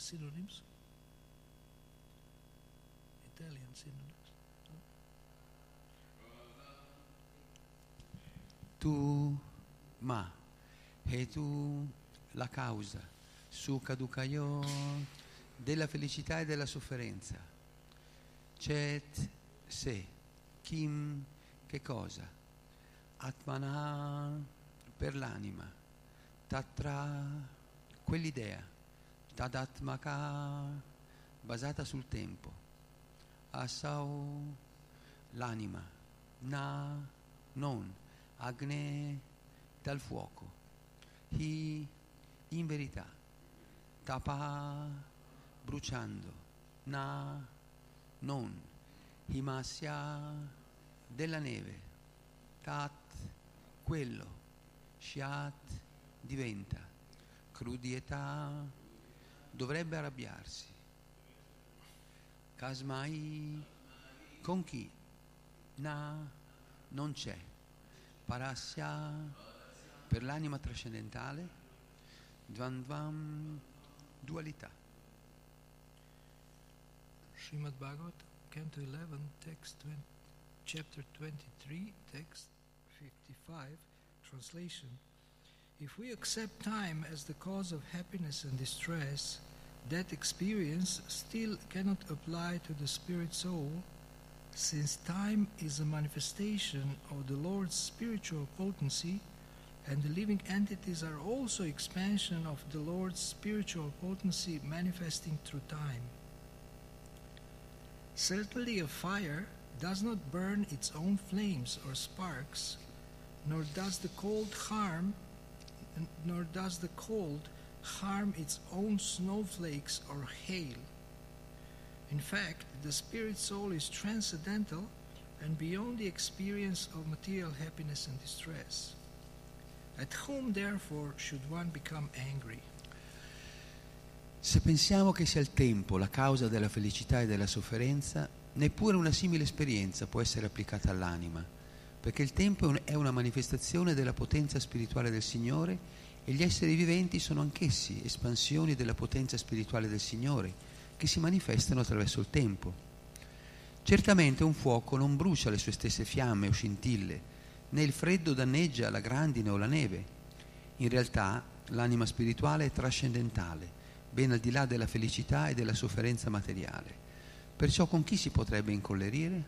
synonyms? Italian synonyms. Tu, ma, e tu la causa, su caducaio della felicità e della sofferenza. Chet, se, kim, che cosa? Atmana, per l'anima. Tatra, quell'idea. Tadatmaka, basata sul tempo. Asau, l'anima. Na, non. Agne, dal fuoco. Hi, in verità. Tapa, bruciando. Na, non. Himasya, della neve. Tat, quello. Shyat, diventa. Crudietà, dovrebbe arrabbiarsi. Kasmai, con chi? Na, non c'è. Parasya, per l'anima trascendentale. Dvandvam, dualità. Srimad Bhagavatam, Canto 11, Chapter 23, Text 55, Translation. If we accept time as the cause of happiness and distress, that experience still cannot apply to the spirit soul, since time is a manifestation of the Lord's spiritual potency, and the living entities are also expansion of the Lord's spiritual potency manifesting through time. Certainly a fire does not burn its own flames or sparks, nor does the cold harm its own snowflakes or hail. In fact, the spirit soul is transcendental and beyond the experience of material happiness and distress. At whom, therefore, should one become angry? Se pensiamo che sia il tempo la causa della felicità e della sofferenza, neppure una simile esperienza può essere applicata all'anima, perché il tempo è una manifestazione della potenza spirituale del Signore e gli esseri viventi sono anch'essi espansioni della potenza spirituale del Signore che si manifestano attraverso il tempo. Certamente un fuoco non brucia le sue stesse fiamme o scintille, né il freddo danneggia la grandine o la neve. In realtà l'anima spirituale è trascendentale, ben al di là della felicità e della sofferenza materiale. Perciò con chi si potrebbe incollerire?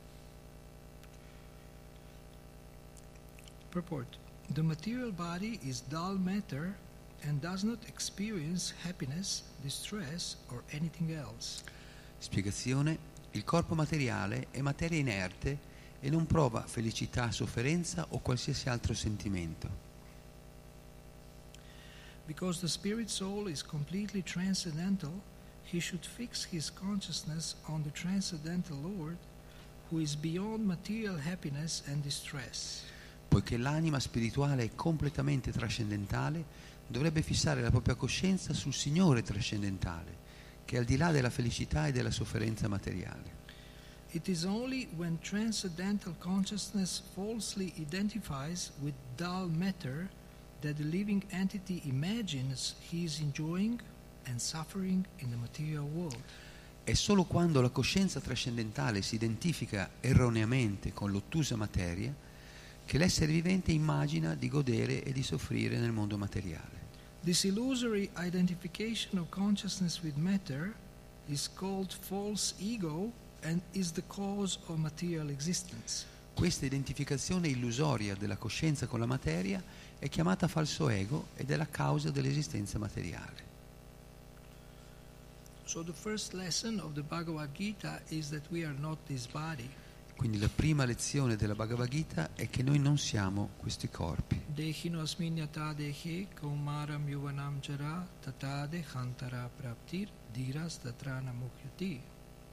Purport. The material body is dull matter and does not experience happiness, distress or anything else. Spiegazione: il corpo materiale è materia inerte e non prova felicità, sofferenza o qualsiasi altro sentimento. Because the spirit soul is completely transcendental, he should fix his consciousness on the transcendental Lord, who is beyond material happiness and distress. Poiché l'anima spirituale è completamente trascendentale, dovrebbe fissare la propria coscienza sul Signore trascendentale, che è al di là della felicità e della sofferenza materiale. It is only when transcendental consciousness falsely identifies with dull matter that the living entity imagines he is enjoying and suffering in the material world. È solo quando la coscienza trascendentale si identifica erroneamente con l'ottusa materia che l'essere vivente immagina di godere e di soffrire nel mondo materiale. This illusory identification of consciousness with matter is called false ego and is the cause of material existence. Questa identificazione illusoria della coscienza con la materia è chiamata falso ego ed è la causa dell'esistenza materiale. So the first lesson of the Bhagavad Gita is that we are not this body. Quindi la prima lezione della Bhagavad Gita è che noi non siamo questi corpi. Dehino asminyata dehe kaumaram yuvanam jara tata dehantara praptir dhiras tatrana mukhyati.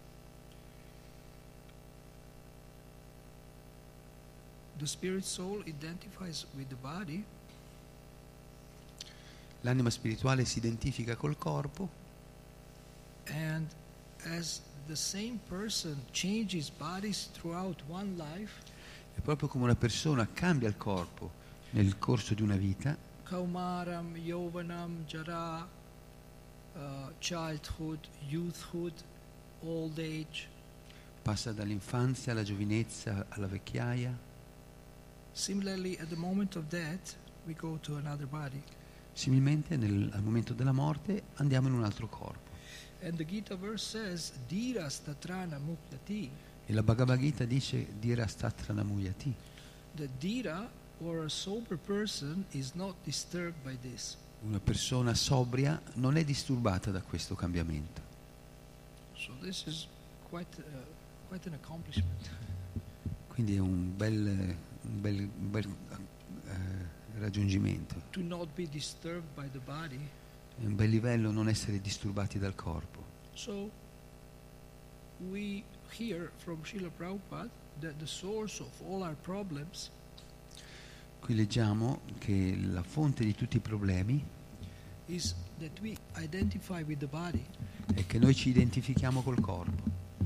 The spirit soul identifies with the body. L'anima spirituale si identifica col corpo And as the same person changes bodies throughout one life, e proprio come una persona cambia il corpo nel corso di una vita, Kaumaram, Yovanam, Jara, childhood, youthhood, old age. Passa dall'infanzia alla giovinezza alla vecchiaia. Similarly, at the moment of death, we go to another body. Similmente al momento della morte andiamo in un altro corpo. And the Gita verse says, Dhira statrana mukyati. E la Bhagavad Gita dice Dhira statrana muyati. The Dhira, or a sober person, is not disturbed by this. Una persona sobria non è disturbata da questo cambiamento. So this is quite an accomplishment. Quindi è un bel raggiungimento. To not be disturbed by the body. È un bel livello non essere disturbati dal corpo. So we hear from Srila Prabhupada that the source of all our problems Qui leggiamo che la fonte di tutti i problemi is that we identify with the body. è che noi ci identifichiamo col corpo.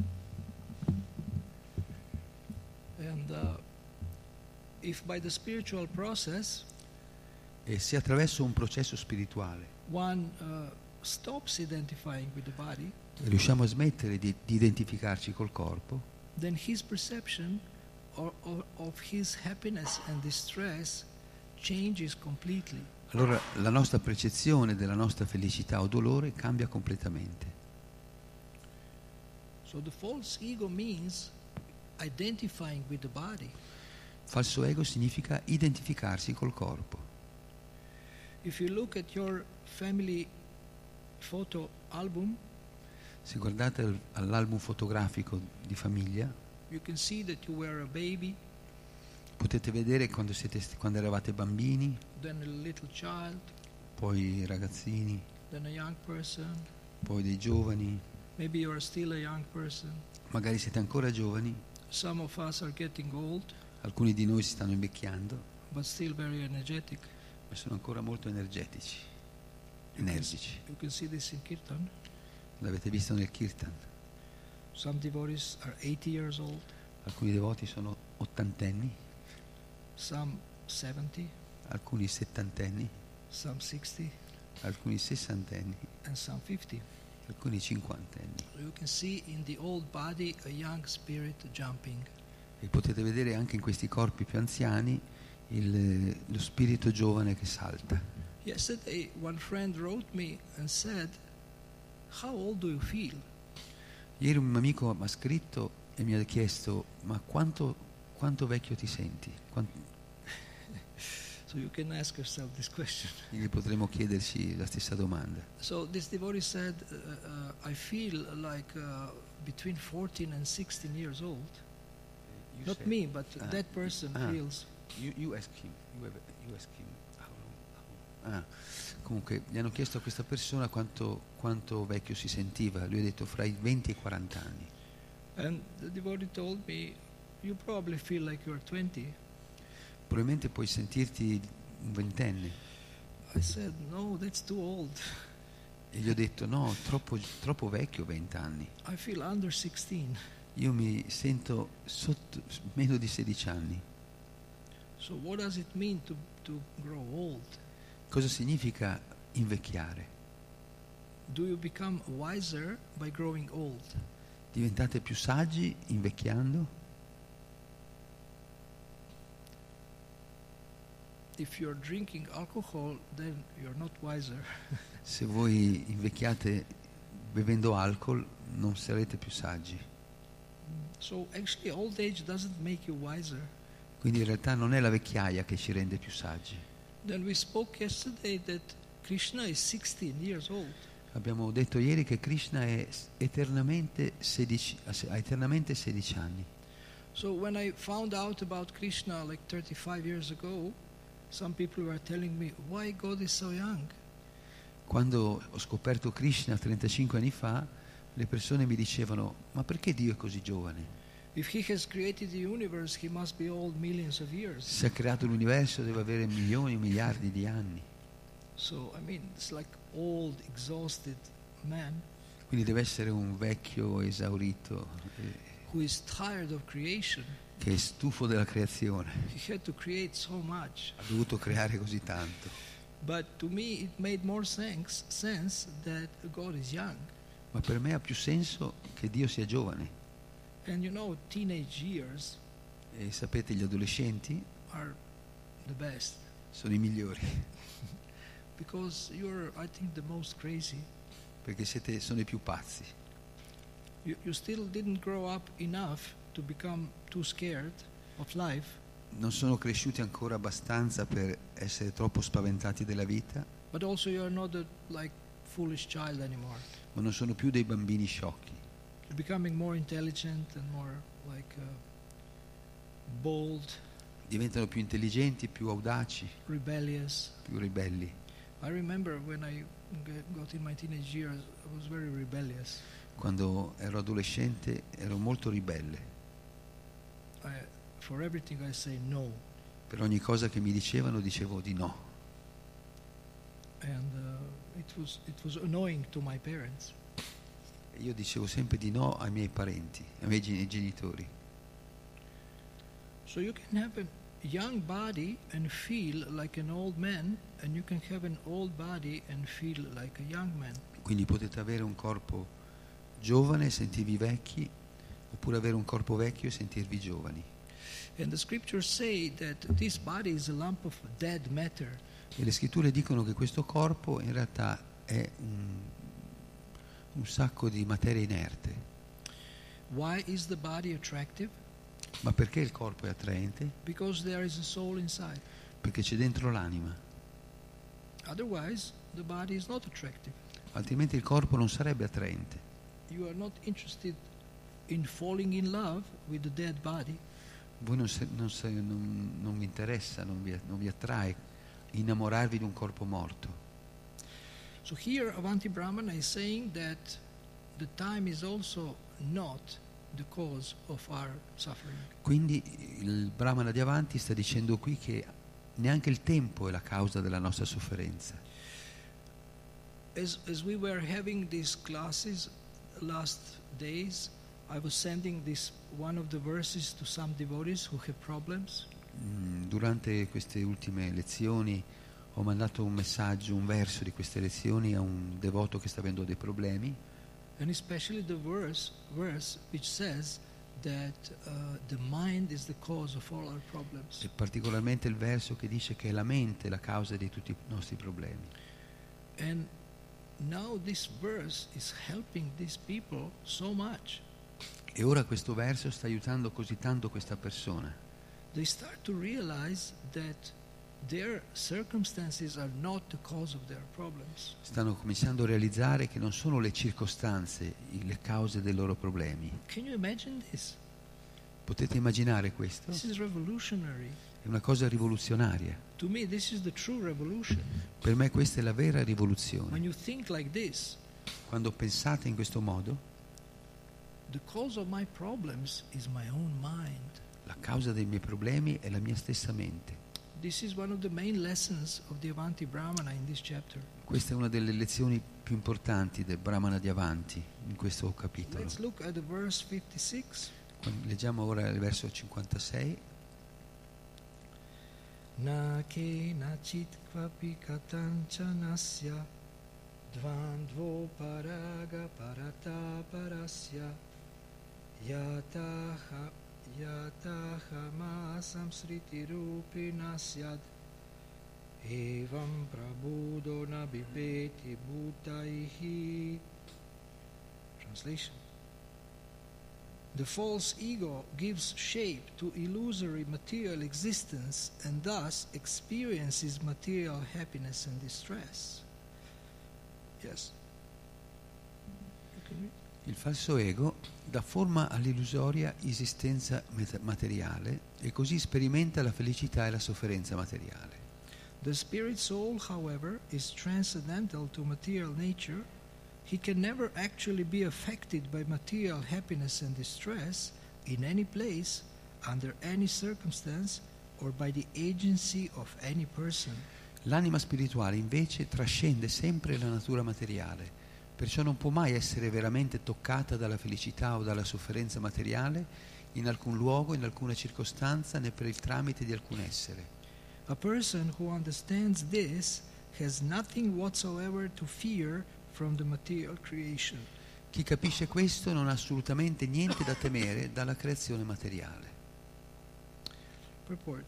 And if by the spiritual process E se attraverso un processo spirituale one stops identifying with the body, riusciamo a smettere di identificarci col corpo, then his perception of his happiness and distress changes completely. allora la nostra percezione della nostra felicità o dolore cambia completamente. So the false ego means identifying with the body. Falso ego significa identificarsi col corpo. If you look at your family photo album, Se guardate all'album fotografico di famiglia, you can see that you were a baby, potete vedere quando eravate bambini, then a little child, poi ragazzini, then a young person. poi dei giovani, Maybe you are still a young person. magari siete ancora giovani, Some of us are getting old, alcuni di noi si stanno invecchiando, but still very energetic. ma sono ancora molto energici. You can see this in Kirtan. L'avete visto nel Kirtan. Some devotees are 80 years old, Alcuni devoti sono ottantenni, some 70, alcuni settantenni, some 60, alcuni sessantenni, and some 50. alcuni cinquantenni. So you can see in the old body a young spirit jumping. E potete vedere anche in questi corpi più anziani lo spirito giovane che salta. Yesterday, one friend wrote me and said, "How old do you feel?" Ieri un mio amico mi ha scritto e mi ha chiesto: ma quanto vecchio ti senti? So you can ask yourself this question. Gli potremmo chiederci la stessa domanda. So this devotee said, "I feel like between 14 and 16 years old." Not me, but that person feels. You ask him. You ask him how long. Comunque gli hanno chiesto a questa persona quanto vecchio si sentiva. Lui ha detto fra i 20 e i 40 anni. And the devotee told me, "You probably feel like you're 20." Probabilmente puoi sentirti un ventenne. I said, "No, that's too old. E gli ho detto: no, troppo vecchio, 20 anni. I feel under 16." Io mi sento meno di 16 anni. So what does it mean to grow old? Cosa significa invecchiare? Do you become wiser by growing old? Diventate più saggi invecchiando? If you're drinking alcohol, then you're not wiser. Se voi invecchiate bevendo alcol, non sarete più saggi. So actually old age doesn't make you wiser. Quindi in realtà non è la vecchiaia che ci rende più saggi. Then we spoke yesterday that Krishna is 16 years old. Abbiamo detto ieri che Krishna è eternamente ha eternamente 16 anni. So when I found out about Krishna like 35 years ago, some people were telling me, "Why God is so young?" Quando ho scoperto Krishna 35 anni fa, le persone mi dicevano: ma perché Dio è così giovane? If he has created the universe, he must be old millions of years. Se ha creato l'universo deve avere milioni, miliardi di anni. So, I mean, it's like old, exhausted man Quindi deve essere un vecchio esaurito who is tired of creation. che è stufo della creazione. He had to create so much. Ha dovuto creare così tanto. But to me it made more sense that God is young. Ma per me ha più senso che Dio sia giovane. And you know, teenage years E sapete, gli adolescenti are the best sono i migliori, because you're, I think, the most crazy. perché sono i più pazzi. You still didn't grow up enough to become too scared of life, Non sono cresciuti ancora abbastanza per essere troppo spaventati della vita, but also you are not a like foolish child anymore. ma non sono più dei bambini sciocchi. You're becoming more intelligent and more like bold, Diventano più intelligenti, più audaci, rebellious. più ribelli. I remember when I got in my teenage years, I was very rebellious. Quando ero adolescente ero molto ribelle. For everything I say no, Per ogni cosa che mi dicevano dicevo di no. and it was annoying to my parents. E io dicevo sempre di no ai miei parenti, ai miei genitori. So you can have a young body and feel like an old man, and you can have an old body and feel like a young man. Quindi potete avere un corpo giovane e sentirvi vecchi, oppure avere un corpo vecchio e sentirvi giovani. And the scriptures say that this body is a lump of dead matter. E le scritture dicono che questo corpo in realtà è un sacco di materia inerte. Why is the body attractive? Ma perché il corpo è attraente? Because there is a soul inside. Perché c'è dentro l'anima. Otherwise, the body is not attractive. Altrimenti il corpo non sarebbe attraente. You are not interested in falling in love with the dead body. Voi non vi interessa, non vi attrae innamorarvi di un corpo morto. So here Avanti Brahmana is saying that the time is also not the cause of our suffering. Quindi il Brahmana di Avanti sta dicendo qui che neanche il tempo è la causa della nostra sofferenza. As we were having these classes last days, I was sending this one of the verses to some devotees who have problems. Durante queste ultime lezioni ho mandato un messaggio, un verso di queste lezioni a un devoto che sta avendo dei problemi. And especially the verse which says that the mind is the cause of all our problems. E particolarmente il verso che dice che è la mente la causa di tutti i nostri problemi. And now this verse is helping these people so much. E ora questo verso sta aiutando così tanto questa persona. They start to realize that their circumstances are not the cause of their problems. Stanno cominciando a realizzare che non sono le circostanze le cause dei loro problemi. Can you imagine this? Potete immaginare questo? This is revolutionary. È una cosa rivoluzionaria. To me, this is the true revolution. Per me questa è la vera When rivoluzione. you think like this, Quando pensate in questo modo, the cause of my problems is my own mind. la causa dei miei problemi è la mia stessa mente. This is one of the main lessons of the Avanti Brahmana in this chapter. Questa è una delle lezioni più importanti del Brahmana di Avanti in questo capitolo. Let's look at the verse 56. Leggiamo ora il verso 56. Na ke na chit kvapi katancanasya dvandvo paraga parata parasya yataha masam sriti rupinasyad evam prabudo na bibeti bhutaihi. Translation. The false ego gives shape to illusory material existence and thus experiences material happiness and distress. Yes. You can read. Il falso ego dà forma all'illusoria esistenza materiale e così sperimenta la felicità e la sofferenza materiale. The spirit soul, however, is transcendental to material nature. He can never actually be affected by material happiness and distress in any place, under any circumstance, or by the agency of any person. L'anima spirituale invece trascende sempre la natura materiale, perciò non può mai essere veramente toccata dalla felicità o dalla sofferenza materiale in alcun luogo, in alcuna circostanza, né per il tramite di alcun essere. A person who understands this has nothing whatsoever to fear from the material creation. Chi capisce questo non ha assolutamente niente da temere dalla creazione materiale. Purport.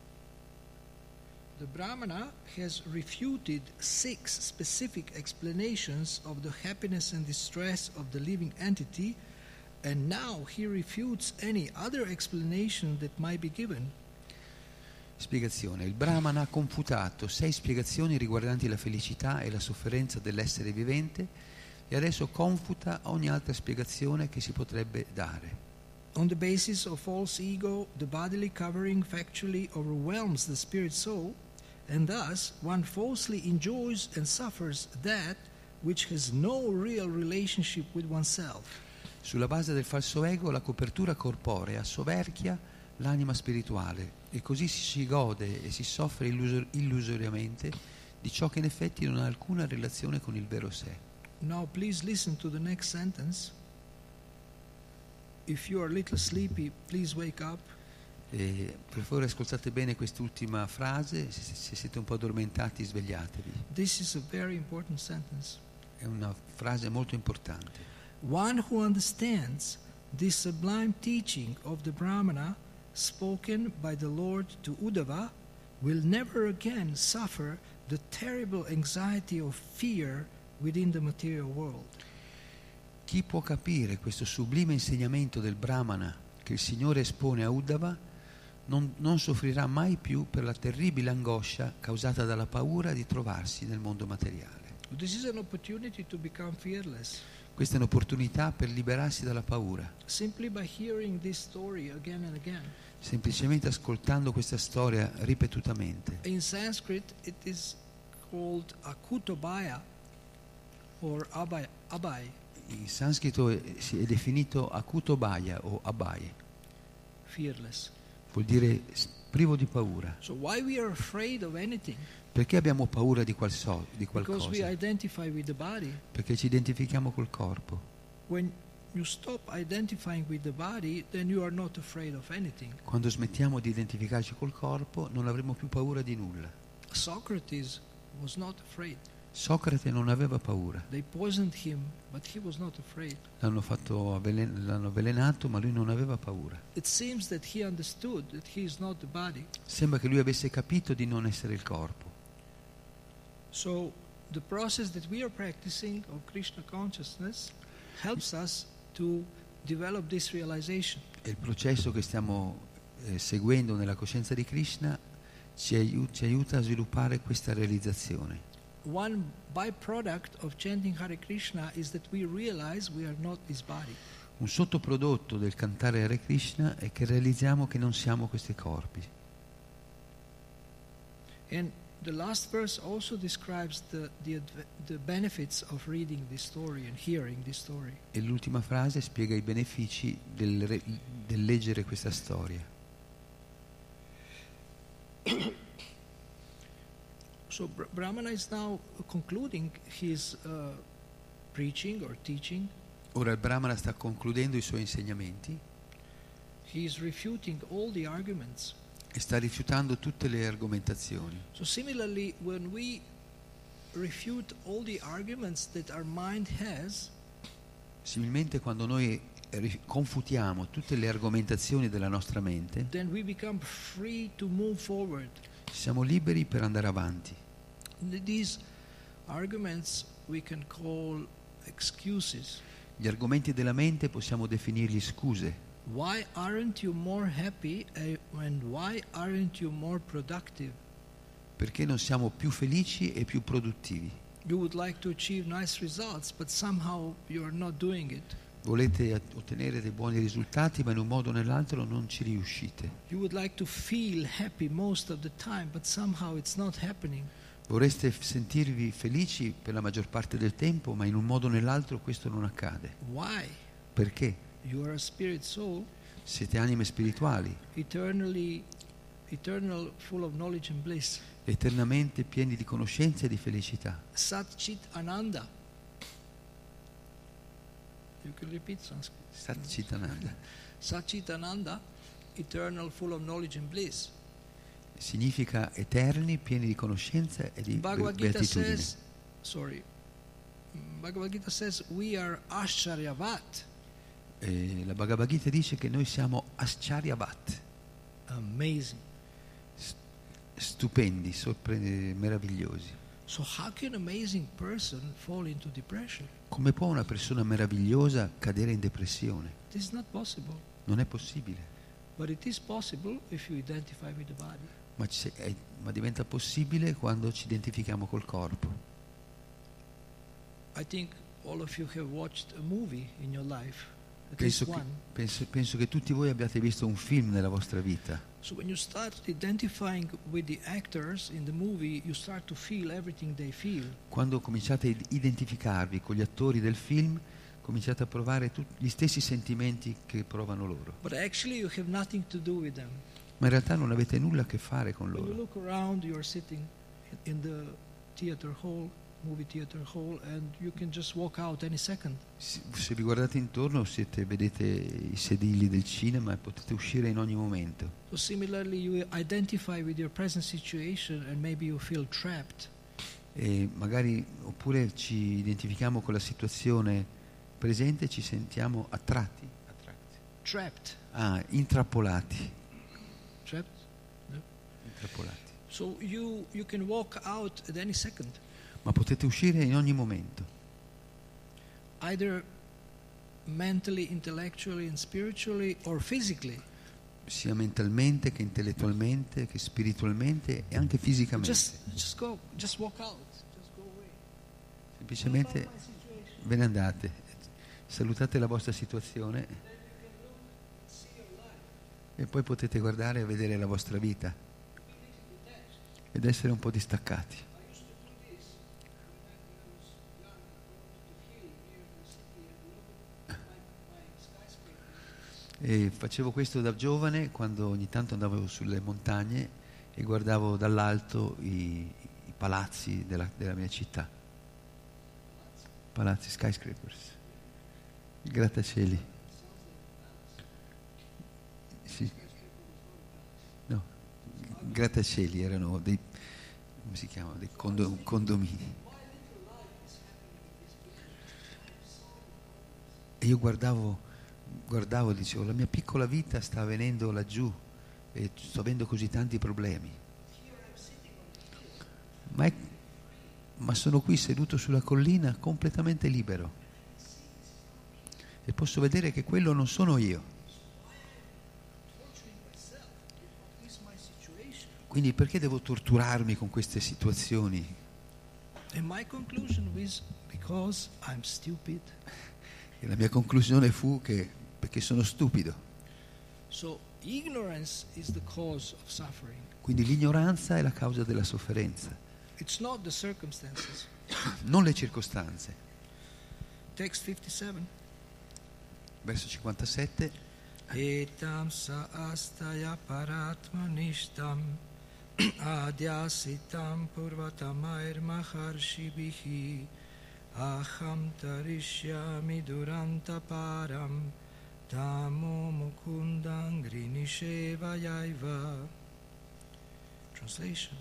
The Brahmana has refuted 6 specific explanations of the happiness and distress of the living entity, and now he refutes any other explanation that might be given. Spiegazione. Il Brahmana ha confutato 6 spiegazioni riguardanti la felicità e la sofferenza dell'essere vivente e adesso confuta ogni altra spiegazione che si potrebbe dare. On the basis of false ego, the bodily covering factually overwhelms the spirit soul, and thus one falsely enjoys and suffers that which has no real relationship with oneself. Sulla base del falso ego, la copertura corporea soverchia l'anima spirituale e così si gode e si soffre illusoriamente di ciò che in effetti non ha alcuna relazione con il vero sé. Now please listen to the next sentence. If you are a little sleepy, please wake up. E per favore ascoltate bene quest'ultima frase, se siete un po' addormentati svegliatevi. This is a very important sentence. È una frase molto importante. One who understands this sublime teaching of the Brahmana spoken by the Lord to Uddhava will never again suffer the terrible anxiety of fear within the material world. Chi può capire questo sublime insegnamento del Brahmana che il Signore espone a Uddhava non soffrirà mai più per la terribile angoscia causata dalla paura di trovarsi nel mondo materiale. This is an opportunity to become fearless. Questa è un'opportunità per liberarsi dalla paura. Simply by hearing this story again and again. Semplicemente ascoltando questa storia ripetutamente. In Sanskrit it is called Akutobaya or Abai. In sanscrito è definito Akutobaya o Abai. Fearless. Vuol dire privo di paura. So why we are afraid of anything? Perché abbiamo paura di Because we qualcosa? identify with the body. Perché ci identifichiamo col corpo. When you stop identifying with the body, then you are not afraid of anything. Quando smettiamo di identificarci col corpo non avremo più paura di nulla. Socrates was not afraid. Socrate non aveva paura. They poisoned him, but he was not afraid. L'hanno avvelenato, ma lui non aveva paura. It seems that he understood that he is not the body. Sembra che lui avesse capito di non essere il corpo. So the process that we are practicing of Krishna consciousness helps us to develop this realization. E il processo che stiamo seguendo nella coscienza di Krishna ci aiuta a sviluppare questa realizzazione. One byproduct of chanting Hare Krishna is that we realize we are not this body. Un sottoprodotto del cantare Hare Krishna è che realizziamo che non siamo questi corpi. And the last verse also describes the benefits of reading this story and hearing this story. E l'ultima frase spiega i benefici del leggere questa storia. So Brahmana is now concluding his preaching or teaching. Ora il Brahmana sta concludendo i suoi insegnamenti He is refuting all the arguments. e sta rifiutando tutte le argomentazioni. So similarly, when we refute all the arguments that our mind has, Similmente quando noi confutiamo tutte le argomentazioni della nostra mente, then we become free to move forward. siamo liberi per andare avanti. These arguments we can call excuses. Gli argomenti della mente possiamo definirli scuse. Why aren't you more happy and why aren't you more productive? Perché non siamo più felici e più produttivi. You would like to achieve nice results, but somehow you are not doing it. Volete ottenere dei buoni risultati, ma in un modo o nell'altro non ci riuscite. You would like to feel happy most of the time, but somehow it's not happening. Vorreste sentirvi felici per la maggior parte del tempo, ma in un modo o nell'altro questo non accade. Why? Perché? You are a spirit soul, Siete anime spirituali, eternal, full of knowledge and bliss. eternamente pieni di conoscenza e di felicità. Sat Chit Ananda. You can repeat Sanskrit. Sat Chit Ananda. Sat Chit Ananda, eternal, full of knowledge and bliss. significa eterni, pieni di conoscenza e di Bhagavad Gita beatitudine. Bhagavad Gita says we are Ashcharyavat. La Bhagavad Gita dice che noi siamo Ascharyavat, Amazing. stupendi, meravigliosi. So how can an amazing person fall into depression? Come può una persona meravigliosa cadere in depressione? This is not possible. Non è possibile, But it is possible if you identify with the body. ma diventa possibile quando ci identifichiamo col corpo. I think all of you have watched a movie in your life. At least one. Penso che tutti voi abbiate visto un film nella vostra vita. So when you start identifying with the actors in the movie, you start to feel everything they feel. Quando cominciate a identificarvi con gli attori del film, cominciate a provare gli stessi sentimenti che provano loro. But actually you have nothing to do with them. Ma in realtà non avete nulla a che fare con When you loro. look around, you are sitting in the movie theater hall, and you can just walk out any second. Se vi guardate intorno vedete i sedili del cinema e potete uscire in ogni momento. So similarly, you identify with your present situation and maybe you feel trapped. E magari oppure ci identifichiamo con la situazione presente e ci sentiamo attratti. Trapped. Intrappolati. Trapped? No. Intrappolati. So you can walk out at any second. Ma potete uscire in ogni momento. Either mentally, intellectually and spiritually, or physically. Sia mentalmente che intellettualmente che spiritualmente e anche fisicamente. Just walk out. Just go away. Semplicemente ve ne andate, salutate la vostra situazione e poi potete guardare e vedere la vostra vita ed essere un po' distaccati. E facevo questo da giovane, quando ogni tanto andavo sulle montagne e guardavo dall'alto i palazzi della mia città. Palazzi, skyscrapers, i grattacieli. Sì. No, grattacieli erano dei, come si chiamano, dei condomini. E io guardavo e dicevo, la mia piccola vita sta avvenendo laggiù e sto avendo così tanti problemi. Ma sono qui seduto sulla collina completamente libero e posso vedere che quello non sono io. Quindi perché devo torturarmi con queste situazioni? And my conclusion was because I'm stupid. E la mia conclusione fu che perché sono stupido. So ignorance is the cause of suffering. Quindi l'ignoranza è la causa della sofferenza, It's not the circumstances. non le circostanze. Text 57. Verso 57. Etam sa astaya paratmanishtam adyasitam purvatamair maharshibhihi aham tarishyami duranta param tamo mukundam grinishevayaiva. Translation.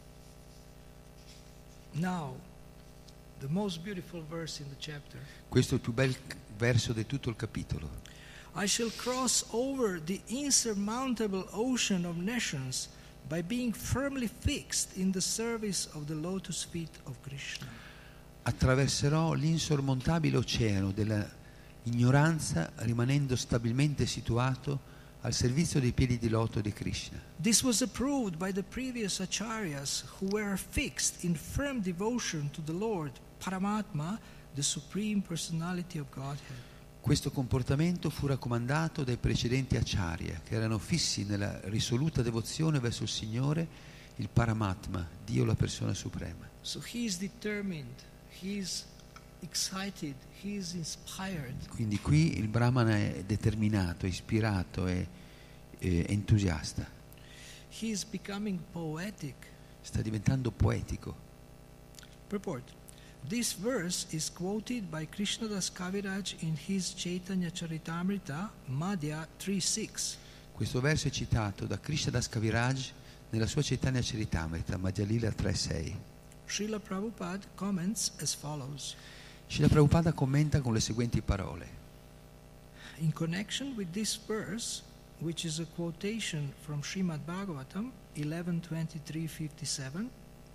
Now, the most beautiful verse in the chapter. Questo è il più bel verso di tutto il capitolo. I shall cross over the insurmountable ocean of nations by being firmly fixed in the service of the lotus feet of Krishna. Attraverserò l'insormontabile oceano della ignoranza rimanendo stabilmente situato al servizio dei piedi di loto di Krishna. This was approved by the previous acharyas who were fixed in firm devotion to the Lord, Paramatma, the Supreme Personality of Godhead. Questo comportamento fu raccomandato dai precedenti acharya, che erano fissi nella risoluta devozione verso il Signore, il Paramatma, Dio la persona suprema. So he is determined, he is excited, he is inspired. Quindi qui il Brahmana è determinato, ispirato e entusiasta. He is becoming poetic. Sta diventando poetico. Purport. This verse is quoted by Krishnadas Kaviraj in his Chaitanya Charitamrita, Madhya 3.6. Questo verso è citato da Krishnadas Kaviraj nella sua Chaitanya Charitamrita, Madhya Lila 3.6. Srila Prabhupada comments as follows. Srila Prabhupada commenta con le seguenti parole. In connection with this verse, which is a quotation from Srimad Bhagavatam 11.23.57,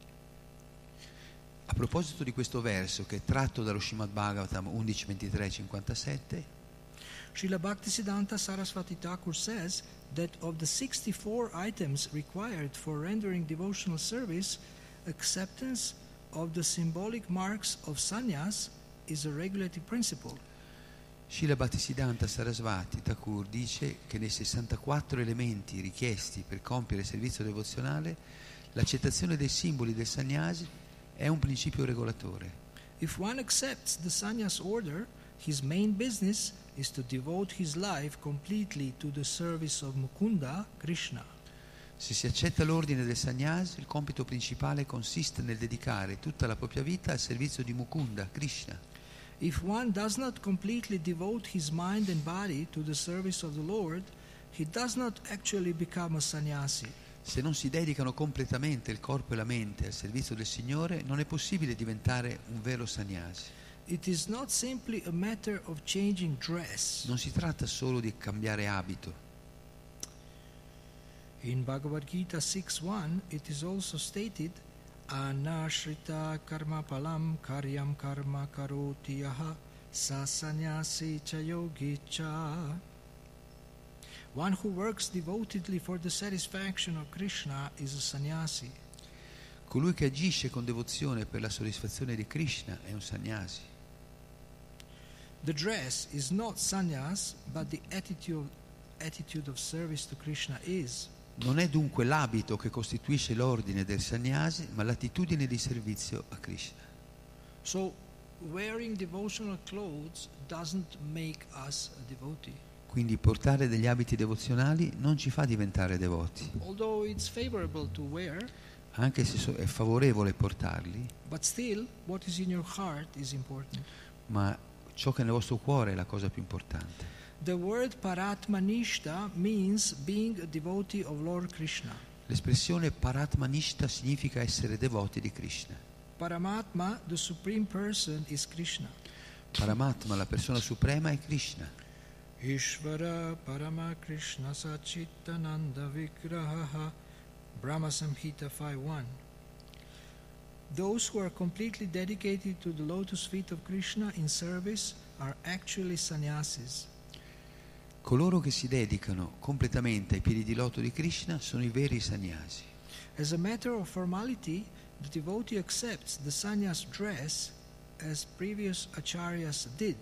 a proposito di questo verso che è tratto dallo Srimad Bhagavatam 11.23.57, Srila Bhaktisiddhanta Saraswati Thakur says that of the 64 items required for rendering devotional service, acceptance of the symbolic marks of sannyas is a regulative principle. Srila Bhaktisiddhanta Saraswati Thakur dice che nei 64 elementi richiesti per compiere il servizio devozionale, l'accettazione dei simboli del sannyasi è un principio regolatore. If one accepts the sannyas order, his main business is to devote his life completely to the service of Mukunda, Krishna. Se si accetta l'ordine del sannyasi, il compito principale consiste nel dedicare tutta la propria vita al servizio di Mukunda, Krishna. If one does not completely devote his mind and body to the service of the Lord, he does not actually become a sannyasi. Se non si dedicano completamente il corpo e la mente al servizio del Signore, non è possibile diventare un vero sannyasi. It is not simply a matter of changing dress. Non si tratta solo di cambiare abito. In Bhagavad Gita 6.1 it is also stated, Anashrita karma palam karyam karma karoti yaha sa sannyasi cha yogi cha. One who works devotedly for the satisfaction of Krishna is a sannyasi. Colui che agisce con devozione per la soddisfazione di Krishna è un sannyasi. The dress is not sannyas, but the attitude of service to Krishna is. Non è dunque l'abito che costituisce l'ordine del sannyasi, ma l'attitudine di servizio a Krishna. So, wearing devotional clothes doesn't make us a devotee. Quindi portare degli abiti devozionali non ci fa diventare devoti, Although it's favorable to wear, anche se è favorevole portarli, but still, what is in your heart is important. ma ciò che è nel vostro cuore è la cosa più importante. The word Paratmanishta means being a devotee of Lord Krishna. L'espressione Paratmanishta significa essere devoti di Krishna. Paramatma, the supreme person, is Krishna. Paramatma, la persona suprema, è Krishna. Ishvara Parama Krishna Sachittananda Vigraha Brahma Samhita 5.1. Those who are completely dedicated to the lotus feet of Krishna in service are actually sannyasis. Coloro che si dedicano completamente ai piedi di loto di Krishna sono i veri sannyasi. As a matter of formality, the devotee accepts the sannyas dress as previous acharyas did.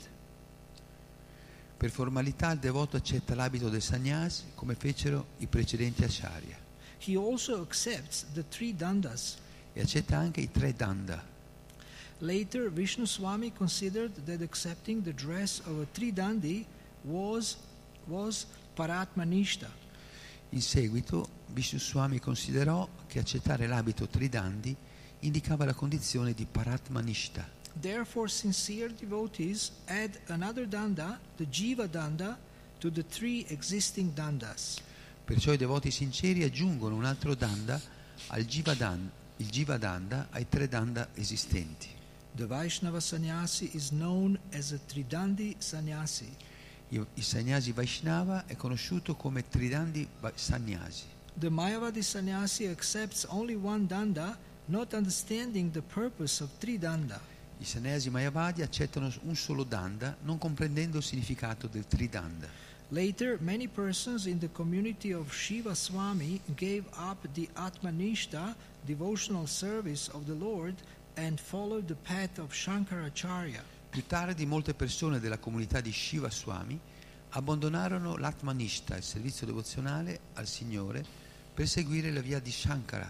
Per formalità il devoto accetta l'abito del sannyasi come fecero i precedenti acharya He also accepts the 3 dandas. e accetta anche i 3 danda. Later, Vishnu Swami considered that accepting the dress of a Tridandi was Paratmanishta. In seguito Vishnu Swami considerò che accettare l'abito tridandi indicava la condizione di Paratmanishta. Therefore, sincere devotees add another danda, the Jiva danda, to the 3 existing dandas. Perciò i devoti sinceri aggiungono un altro danda al il Jiva danda ai 3 danda esistenti. The Vaishnava sannyasi is known as a Tridandi sannyasi. Il sannyasi Vaishnava è conosciuto come Tridandi sannyasi. The Mayavadi sannyasi accepts only 1 danda, not understanding the purpose of 3 danda. I sannyasi Mayavadi accettano un solo danda, non comprendendo il significato del tridanda. Later, many persons in the community of Shiva Swami gave up the Atmanishta devotional service of the Lord and followed the path of Shankaracharya. Più tardi molte persone della comunità di Shiva Swami abbandonarono l'Atmanishta, il servizio devozionale al Signore, per seguire la via di Shankara.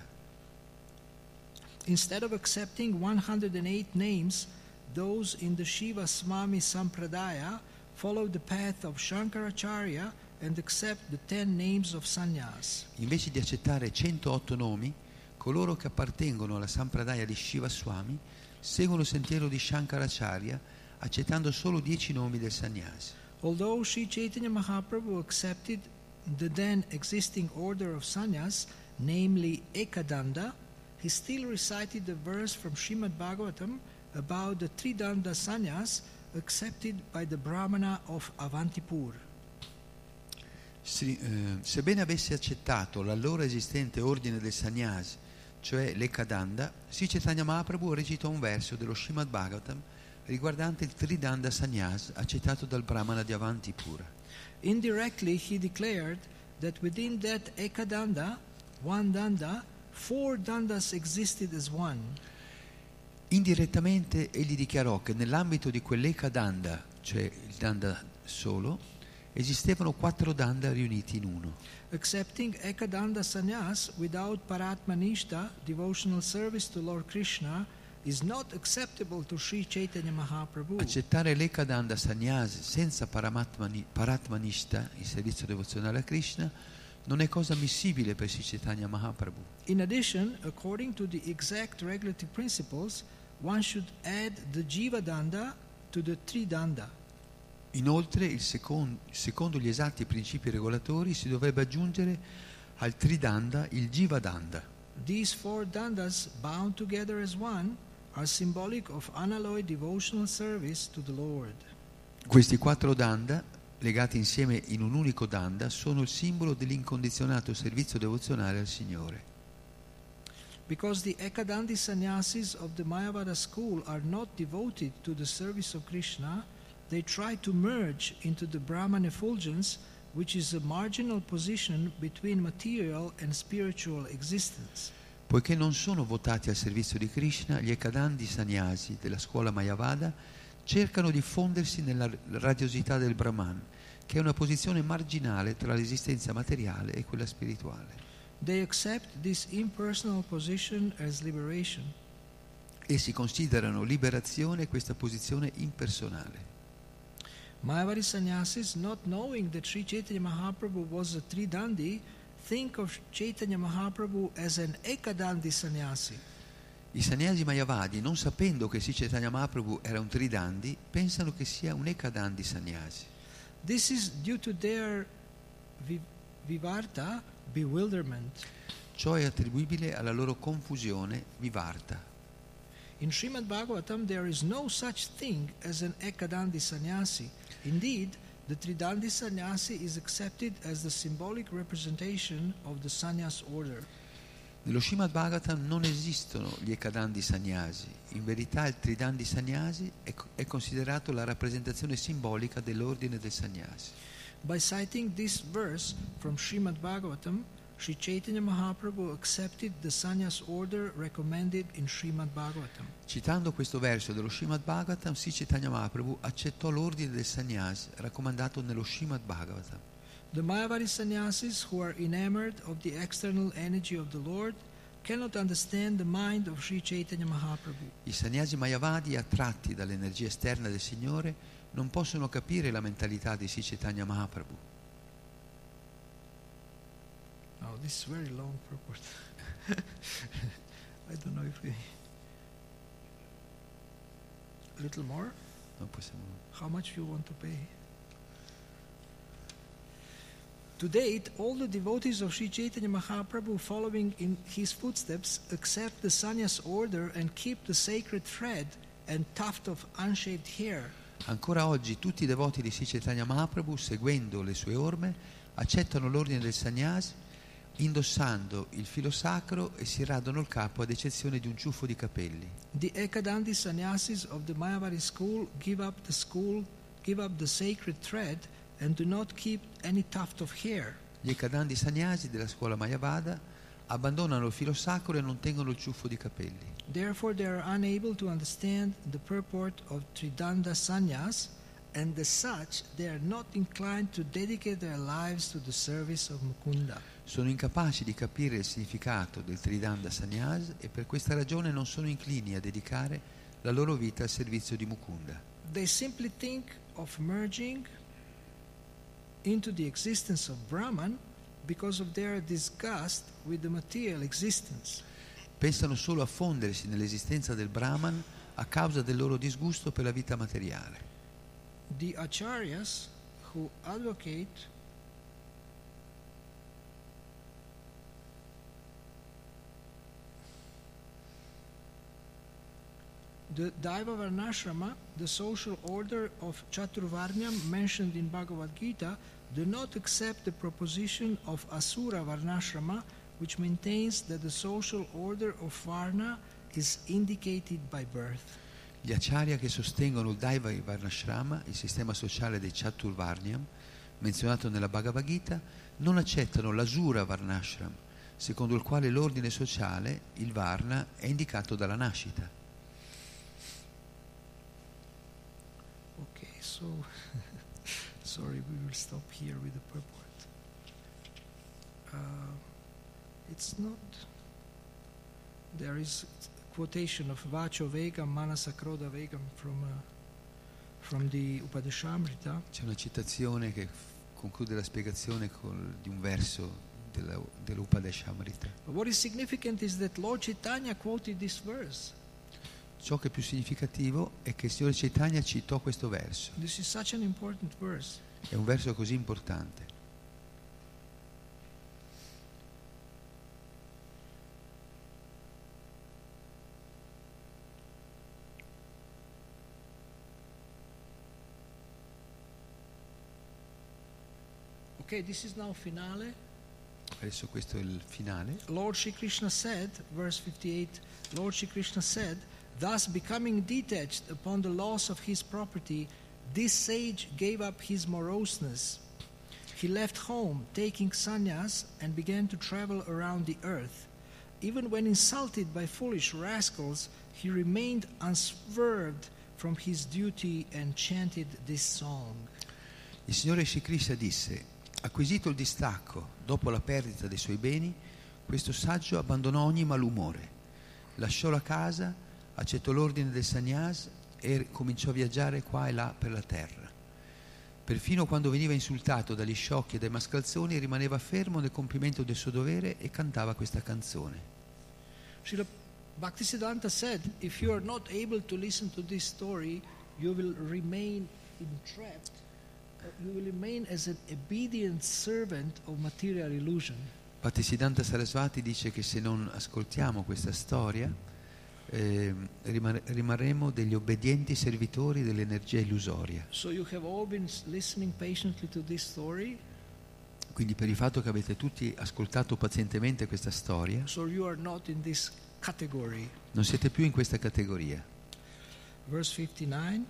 Instead of accepting 108 names, those in the Shiva Swami Sampradaya follow the path of Shankaracharya and accept the 10 names of sannyas. Invece di accettare 108 nomi, coloro che appartengono alla Sampradaya di Shiva Swami seguono il sentiero di Shankaracharya, accettando solo 10 nomi del sannyasi. Although Sri Chaitanya Mahaprabhu accepted the then existing order of sannyas namely Ekadanda, he still recited the verse from Srimad Bhagavatam about the Tridanda sannyas accepted by the Brahmana of Avantipur. Sebbene avesse accettato l'allora esistente ordine del sannyas, cioè l'Ekadanda, Sri Chaitanya Mahaprabhu recitò un verso dello Srimad Bhagavatam riguardante il Tridanda sannyas accettato dal Brahmana di Avantipura. Indirectly, he declared that within that Ekadanda, one danda, 4 dandas existed as one. Indirettamente egli dichiarò che nell'ambito di quell'Ekadanda, cioè il danda solo, esistevano 4 danda riuniti in uno. Accepting Ekadanda sannyas without Paratmanishta, devotional service to Lord Krishna, is not acceptable to Sri Chaitanya Mahaprabhu. Accettare l'Ekadanda sannyas senza Paratmanishta, il servizio devozionale a Krishna, non è cosa ammissibile per Sri Chaitanya Mahaprabhu. In addition, according to the exact regulative principles, one should add the Jiva Danda to the Tridanda. Inoltre, secondo gli esatti principi regolatori, si dovrebbe aggiungere al Tridanda il Jivadanda. These 4 dandas, bound together as one, are symbolic of unalloyed devotional service to the Lord. Questi 4 danda, legati insieme in un unico danda, sono il simbolo dell'incondizionato servizio devozionale al Signore. Because the Ekadandi sannyasis of the Mayavada school are not devoted to the service of Krishna, they try to merge into the Brahman effulgence, which is a marginal position between material and spiritual existence. Poiché non sono votati al servizio di Krishna, gli Ekadandi sannyasi della scuola Mayavada cercano di fondersi nella radiosità del Brahman, che è una posizione marginale tra l'esistenza materiale e quella spirituale. They accept this impersonal position as liberation. Essi considerano liberazione questa posizione impersonale. Mayavadi sannyasis, not knowing that Sri Chaitanya Mahaprabhu was a Tridandi, think of Chaitanya Mahaprabhu as an Ekadandi sannyasi. I sannyasi Mayavadi, non sapendo che Sri Chaitanya Mahaprabhu era un Tridandi, pensano che sia un Ekadandi sannyasi. This is due to their vivarta, bewilderment. Ciò è attribuibile alla loro confusione, vivarta. In Srimad Bhagavatam there is no such thing as an Ekadandi sannyasi. Indeed, the Tridandi sannyasi is accepted as the symbolic representation of the sannyas order. Nello Srimad Bhagavatam non esistono gli Ekadandi sannyasi. In verità il Tridandi sannyasi è considerato la rappresentazione simbolica dell'ordine del sannyasi. By citing this verse from Srimad Bhagavatam, Sri Chaitanya Mahaprabhu accepted the sannyas order recommended in Srimad Bhagavatam. Citando questo verso dello Srimad Bhagavatam, Sri Chaitanya Mahaprabhu accettò l'ordine del sannyas raccomandato nello Srimad Bhagavatam. The Mayavadi sannyasis who are enamored of the external energy of the Lord cannot understand the mind of Sri Chaitanya Mahaprabhu. I sannyasi Mayavadi, attratti dall'energia esterna del Signore, non possono capire la mentalità di Sri Chaitanya Mahaprabhu. Oh, this is very long purport. I don't know if we... A little more? Non possiamo... How much you want to pay? To date, all the devotees of Sri Chaitanya Mahaprabhu following in his footsteps accept the sannyas order and keep the sacred thread and tuft of unshaved hair. Ancora oggi tutti i devoti di Sri Chaitanya Mahaprabhu, seguendo le sue orme, accettano l'ordine del sannyas, indossando il filo sacro e si radono il capo ad eccezione di un ciuffo di capelli. The Ekadandi sannyasis of the Mayavadi school give up the sacred thread and do not keep any tuft of hair. Gli Ekadandi sannyasi della scuola Mayavada abbandonano il filo sacro e non tengono il ciuffo di capelli. Therefore they are unable to understand the purport of Tridanda sannyas, and as such they are not inclined to dedicate their lives to the service of Mukunda. Sono incapaci di capire il significato del Tridanda sannyas e per questa ragione non sono inclini a dedicare la loro vita al servizio di Mukunda. They simply think of merging into the existence of Brahman because of their disgust with the material existence. Pensano solo a fondersi nell'esistenza del Brahman a causa del loro disgusto per la vita materiale. The acharyas who advocate The Daiva Varnashrama, the social order of Chaturvarnyam mentioned in Bhagavad Gita, do not accept the proposition of Asura Varnashrama, which maintains that the social order of Varna is indicated by birth. Gli acharya che sostengono il Daiva Varnashrama, il sistema sociale dei Chaturvarnyam, menzionato nella Bhagavad Gita, non accettano l'Asura Varnashram, secondo il quale l'ordine sociale, il Varna, è indicato dalla nascita. Okay, so sorry, we will stop here with the purport. It's not. There is a quotation of Vacho Vegam, Manasa Krodha Vegam from the Upadeshamrita. C'è una citazione che conclude la spiegazione di un verso dell'Upadeshamrita. But what is significant is that Lord Chaitanya quoted this verse. Ciò che è più significativo è che il Signore Chaitanya citò questo verso. This is such an important verse. È un verso così importante. Okay, this is now finale. Adesso questo è il finale. Lord Shri Krishna said, verse 58, Lord Shri Krishna said, thus becoming detached upon the loss of his property, this sage gave up his moroseness. He left home, taking sannyas, and began to travel around the earth. Even when insulted by foolish rascals, he remained unswerved from his duty and chanted this song. Il Signore Shri Krishna disse: acquisito il distacco dopo la perdita dei suoi beni, questo saggio abbandonò ogni malumore, lasciò la casa, accettò l'ordine del sannyas e cominciò a viaggiare qua e là per la terra. Perfino quando veniva insultato dagli sciocchi e dai mascalzoni rimaneva fermo nel compimento del suo dovere e cantava questa canzone. Srila Bhaktisiddhanta said, if you are not able to listen to this story, you will remain entrapped. You will remain as an obedient servant of material illusion. Bhaktisiddhanta Sarasvati dice che se non ascoltiamo questa storia rimarremo degli obbedienti servitori dell'energia illusoria. So you have all been listening patiently to this story. Quindi per il fatto che avete tutti ascoltato pazientemente questa storia, So you are not in this category. non siete più in questa categoria. Verse 59.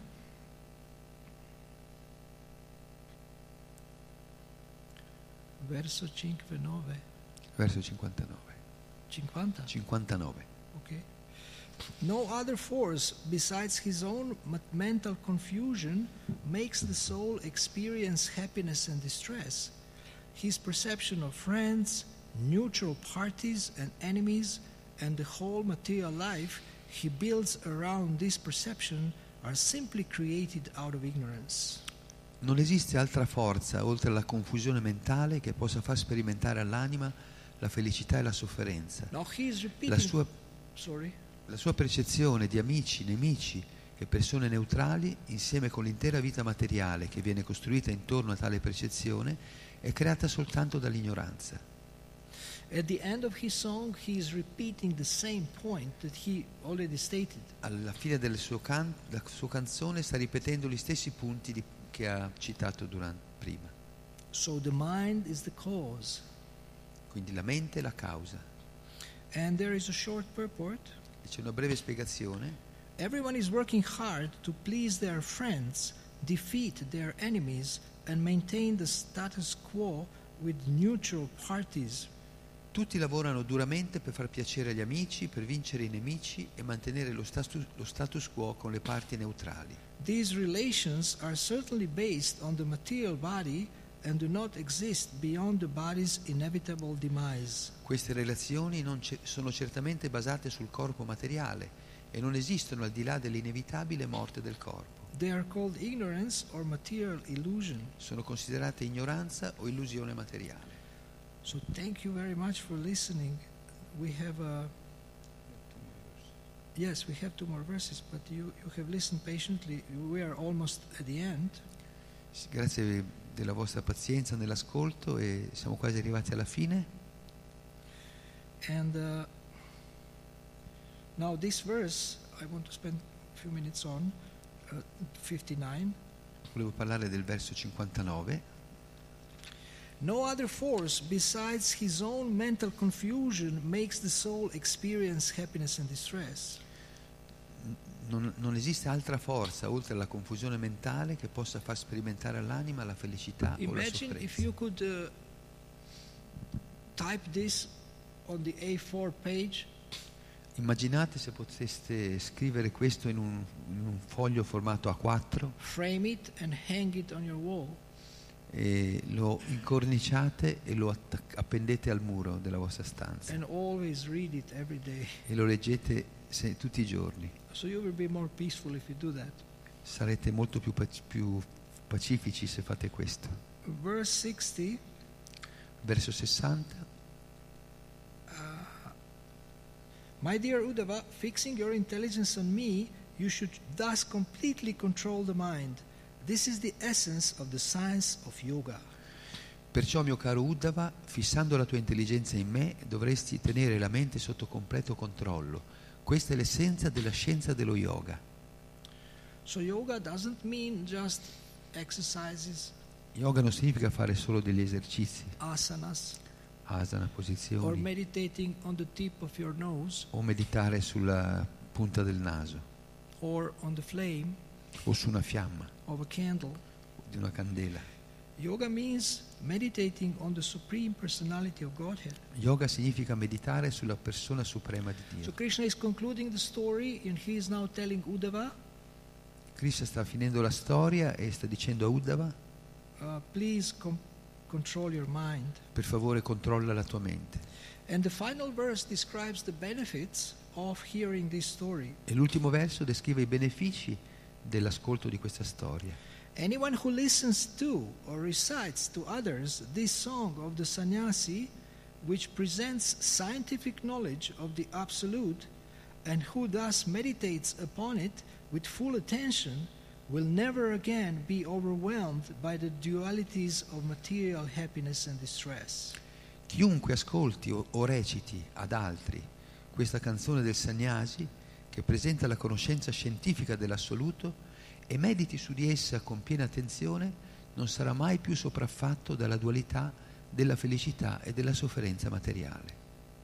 Verso 59. Verso 59. 50. 59. Okay. No other force besides his own mental confusion makes the soul experience happiness and distress. His perception of friends, neutral parties and enemies, and the whole material life he builds around this perception are simply created out of ignorance. Non esiste altra forza oltre alla confusione mentale che possa far sperimentare all'anima la felicità e la sofferenza. Now he is repeating. La sua percezione di amici, nemici e persone neutrali, insieme con l'intera vita materiale che viene costruita intorno a tale percezione, è creata soltanto dall'ignoranza. At the end of his song, he is repeating the same point that he already stated. Alla fine della sua canzone sta ripetendo gli stessi punti che ha citato prima. So the mind is the cause. Quindi la mente è la causa. And there is a short purport. C'è una breve spiegazione. Everyone is working hard to please their friends, defeat their enemies, and maintain the status quo with neutral parties. Tutti lavorano duramente per far piacere agli amici, per vincere i nemici e mantenere lo status quo con le parti neutrali. These relations are certainly based on the material body and do not exist beyond the body's inevitable demise. Queste relazioni sono certamente basate sul corpo materiale e non esistono al di là dell'inevitabile morte del corpo. They are called ignorance or material illusion. Sono considerate ignoranza o illusione materiale. So thank you very much for listening. We have Yes, we have 2 more verses, but you have listened patiently. We are almost at the end. Grazie della vostra pazienza nell'ascolto e siamo quasi arrivati alla fine. And now this verse, I want to spend a few minutes on, 59. Volevo parlare del verso 59. No other force besides his own mental confusion makes the soul experience happiness and distress. Non esiste altra forza oltre alla confusione mentale che possa far sperimentare all'anima la felicità o la Imagine if sofferenza. you could type this on the A4 page Immaginate se poteste scrivere questo in un foglio formato A4 frame it and hang it on your wall. e lo incorniciate e lo appendete al muro della vostra stanza And always read it every day. e lo leggete tutti i giorni. So you will be more peaceful if you do that. Sarete molto più pacifici se fate questo. Verse 60, Verso 60. my dear Uddhava, fixing your intelligence on me, you should thus completely control the mind. This is the essence of the science of yoga. Perciò, mio caro Uddhava, fissando la tua intelligenza in me, dovresti tenere la mente sotto completo controllo. Questa è l'essenza della scienza dello yoga. So yoga doesn't mean just exercises, Yoga non significa fare solo degli esercizi, asanas, asana, or posizioni, meditating on the tip of your nose o meditare sulla punta del naso, or on the flame o su una fiamma, of a candle. di una candela. Yoga means meditating on the Supreme Personality of Godhead. Yoga significa meditare sulla persona suprema di So Dio. Krishna is concluding the story and he is now telling Uddhava, Krishna sta finendo la storia e sta dicendo a Uddhava: please control your mind. per favore controlla la tua mente. And the final verse describes the benefits of hearing this story. E l'ultimo verso descrive i benefici dell'ascolto di questa storia. Anyone who listens to or recites to others this song of the sannyasi, which presents scientific knowledge of the Absolute, and who thus meditates upon it with full attention, will never again be overwhelmed by the dualities of material happiness and distress. Chiunque ascolti o reciti ad altri questa canzone del Sannyasi, che presenta la conoscenza scientifica dell'assoluto, e mediti su di essa con piena attenzione, non sarà mai più sopraffatto dalla dualità della felicità e della sofferenza materiale.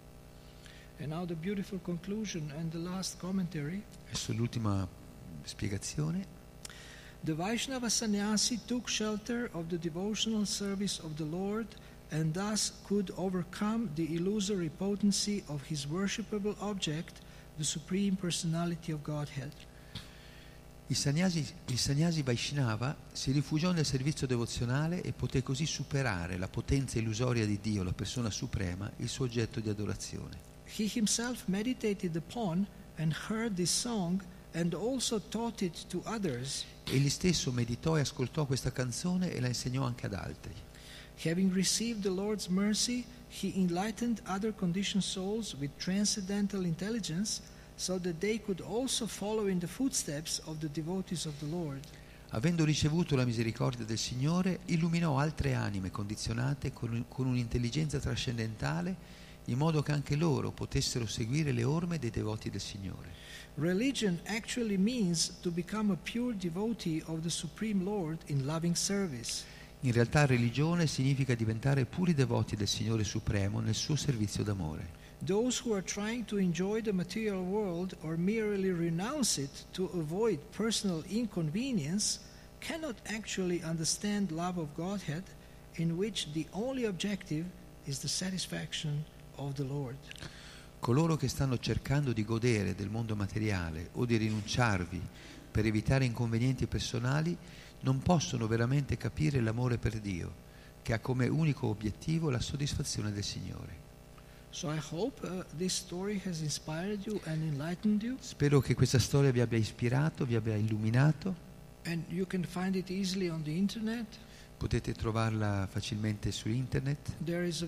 And now the beautiful conclusion and the last commentary. Adesso l'ultima spiegazione. The Vaishnava sannyasi took shelter of the devotional service of the Lord and thus could overcome the illusory potency of his worshipable object, the Supreme Personality of Godhead. Il sannyasi Vaishnava si rifugiò nel servizio devozionale e poté così superare la potenza illusoria di Dio, la persona suprema, il suo oggetto di adorazione. He himself meditated upon and heard this song and also taught it to others. Egli stesso meditò e ascoltò questa canzone e la insegnò anche ad altri. Having received the Lord's mercy, he enlightened other conditioned souls with transcendental intelligence, so that they could also follow in the footsteps of the devotees of the Lord. Avendo ricevuto la misericordia del Signore, illuminò altre anime condizionate con un'intelligenza trascendentale, in modo che anche loro potessero seguire le orme dei devoti del Signore. Religion actually means to become a pure devotee of the Supreme Lord in loving service. In realtà religione significa diventare puri devoti del Signore Supremo nel suo servizio d'amore. Those who are trying to enjoy the material world or merely renounce it to avoid personal inconvenience cannot actually understand love of Godhead, in which the only objective is the satisfaction of the Lord. Coloro che stanno cercando di godere del mondo materiale o di rinunciarvi per evitare inconvenienti personali non possono veramente capire l'amore per Dio, che ha come unico obiettivo la soddisfazione del Signore. So I hope this story has inspired you and enlightened you. Spero che questa storia vi abbia ispirato, vi abbia illuminato. And you can find it easily on the internet. Potete trovarla facilmente su internet. There is a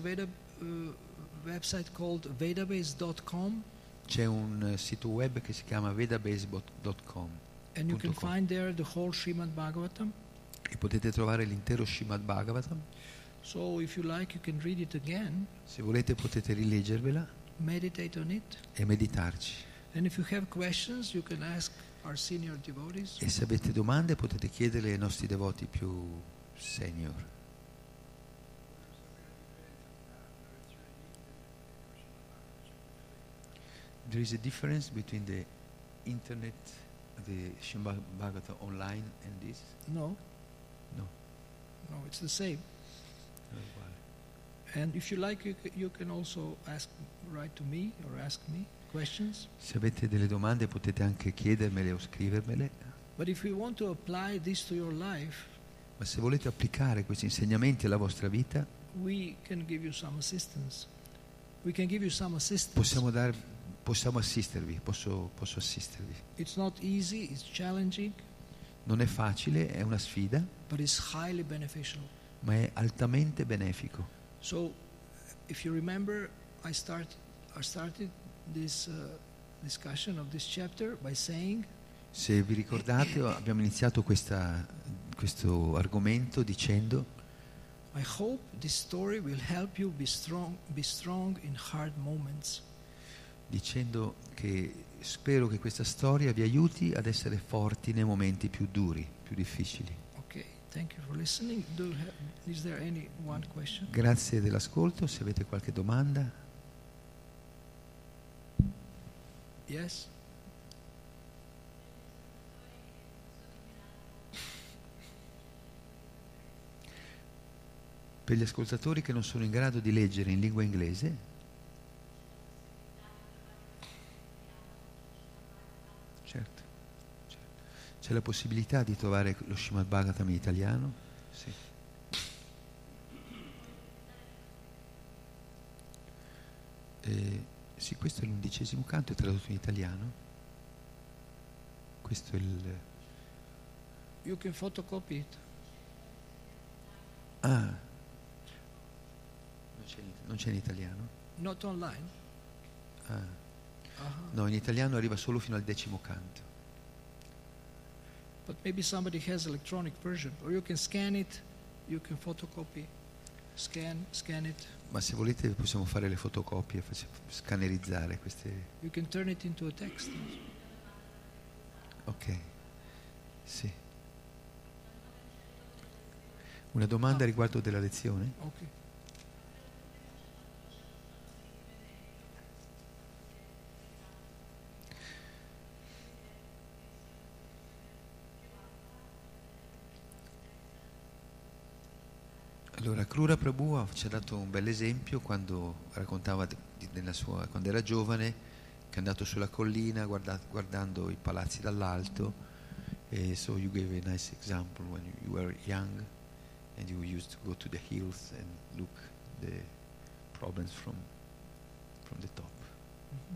website called vedabase.com. C'è un sito web che si chiama vedabase.com And you can find there the whole Srimad Bhagavatam. e potete trovare l'intero Srimad Bhagavatam. So if you like, you can read it again, Se volete potete rileggervela meditate on it. e meditarci. And if you have questions, you can ask our senior devotees. E se avete domande potete chiederle ai nostri devoti più senior. There is a difference between the internet, the Srimad Bhagavatam online and this? No, No, no, it's the same. non è uguale. And if you like, you can also write to me or ask me questions. Se avete delle domande potete anche chiedermele o scrivermele, But if you want to apply this to your life, ma se volete applicare questi insegnamenti alla vostra vita, we can give you some assistance. We can give you some assistance. possiamo assistervi, posso assistervi. It's not easy, it's challenging, Non è facile, è una sfida, but it's highly beneficial. ma è altamente benefico. So, if you remember, I started this discussion of this chapter by saying, Se vi ricordate, abbiamo iniziato questo argomento dicendo: I hope this story will help you be strong in hard moments. dicendo che spero che questa storia vi aiuti ad essere forti nei momenti più duri, più difficili. Okay, thank you for listening. Is there any one question? Grazie dell'ascolto, se avete qualche domanda. Yes? Per gli ascoltatori che non sono in grado di leggere in lingua inglese, certo. C'è la possibilità di trovare lo Srimad Bhagavatam in italiano? Sì. Sì, questo è l'11° canto, è tradotto in italiano. Questo è il... You can photocopy it. Ah, non c'è in italiano? Not online. Ah. Uh-huh. No, in italiano arriva solo fino al 10° canto. But maybe somebody has electronic version, or you can scan it, you can photocopy, scan it. Ma se volete possiamo fare le fotocopie, scannerizzare queste... You can turn it into a text. Ok, sì. Una domanda riguardo della lezione? Okay. Allora, Krura Prabhu ci ha dato un bel esempio quando raccontava quando era giovane, che è andato sulla collina guardando i palazzi dall'alto. So you gave a nice example when you were young and you used to go to the hills and look the problems from the top. Mm-hmm.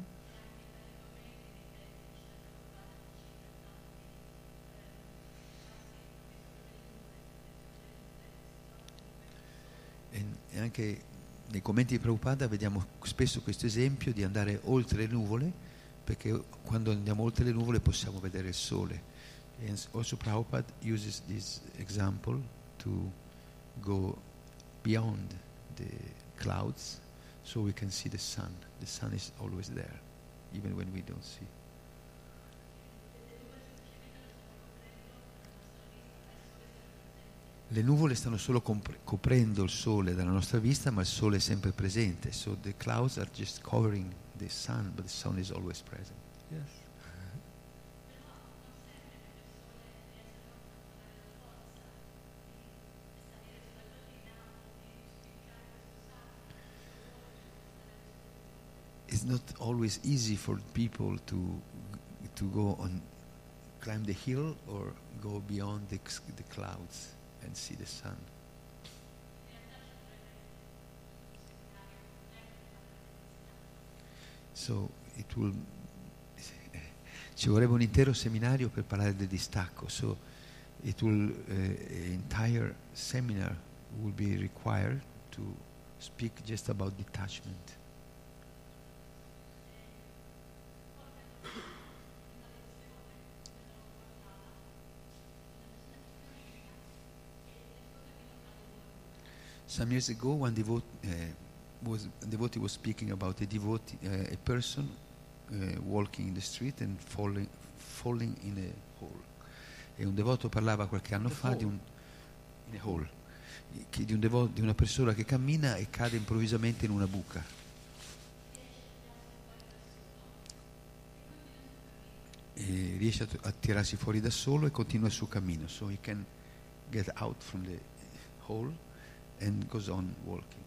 E anche nei commenti di Prabhupada vediamo spesso questo esempio di andare oltre le nuvole, perché quando andiamo oltre le nuvole possiamo vedere il sole. And also Prabhupada uses this example to go beyond the clouds so we can see the sun. The sun is always there, even when we don't see. Le nuvole stanno solo coprendo il sole dalla nostra vista, ma il sole è sempre presente. So the clouds are just covering the sun, but the sun is always present. Yes. It's not always easy for people to go on, climb the hill or go beyond the clouds and see the sun. So ci vorrebbe un intero seminario per parlare del distacco. So entire seminar will be required to speak just about detachment. Some years ago, one devotee was speaking about a person walking in the street and falling in a hole. E un devoto parlava qualche anno fa di un una persona che cammina e cade improvvisamente in una buca. E riesce a tirarsi fuori da solo e continua il suo cammino. So he can get out from the hole and goes on walking.